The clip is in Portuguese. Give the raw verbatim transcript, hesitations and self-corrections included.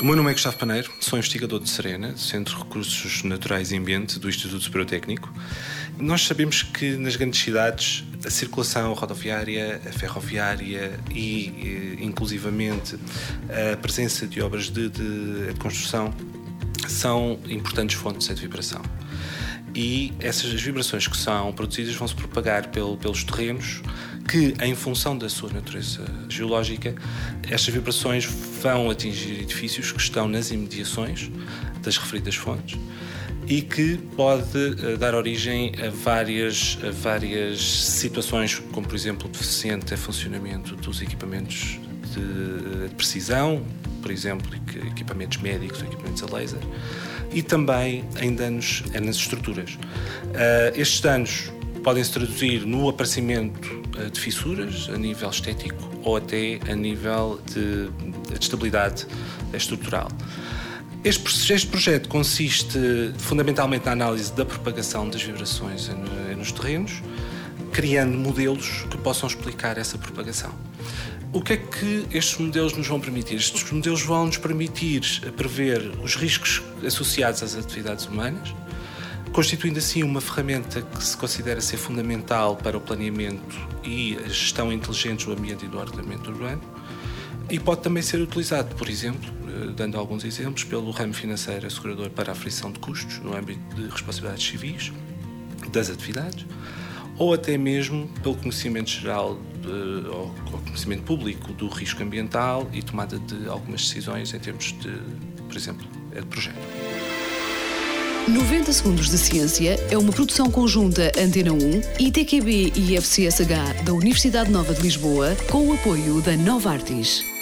meu nome é Gustavo Paneiro, sou investigador de Serena, Centro de Recursos Naturais e Ambiente do Instituto Superior Técnico. Nós sabemos que nas grandes cidades a circulação rodoviária, a ferroviária e, inclusivamente, a presença de obras de, de, de construção são importantes fontes de vibração. E essas vibrações que são produzidas vão se propagar pelo, pelos terrenos que, em função da sua natureza geológica, estas vibrações vão atingir edifícios que estão nas imediações das referidas fontes e que pode uh, dar origem a várias, a várias situações, como, por exemplo, o deficiente funcionamento dos equipamentos de, de precisão, por exemplo, equipamentos médicos, equipamentos a laser, e também em danos nas estruturas. Uh, estes danos podem se traduzir no aparecimento uh, de fissuras a nível estético ou até a nível de, de estabilidade estrutural. Este, este projeto consiste fundamentalmente na análise da propagação das vibrações nos terrenos, criando modelos que possam explicar essa propagação. O que é que estes modelos nos vão permitir? Estes modelos vão nos permitir prever os riscos associados às atividades humanas, constituindo assim uma ferramenta que se considera ser fundamental para o planeamento e a gestão inteligente do ambiente e do ordenamento urbano, e pode também ser utilizado, por exemplo, dando alguns exemplos, pelo ramo financeiro assegurador para a aferição de custos no âmbito de responsabilidades civis das atividades, ou até mesmo pelo conhecimento geral de, ou conhecimento público do risco ambiental e tomada de algumas decisões em termos de, por exemplo, de projeto. noventa Segundos de Ciência é uma produção conjunta Antena um, I T Q B e I F C S H da Universidade Nova de Lisboa, com o apoio da Novartis.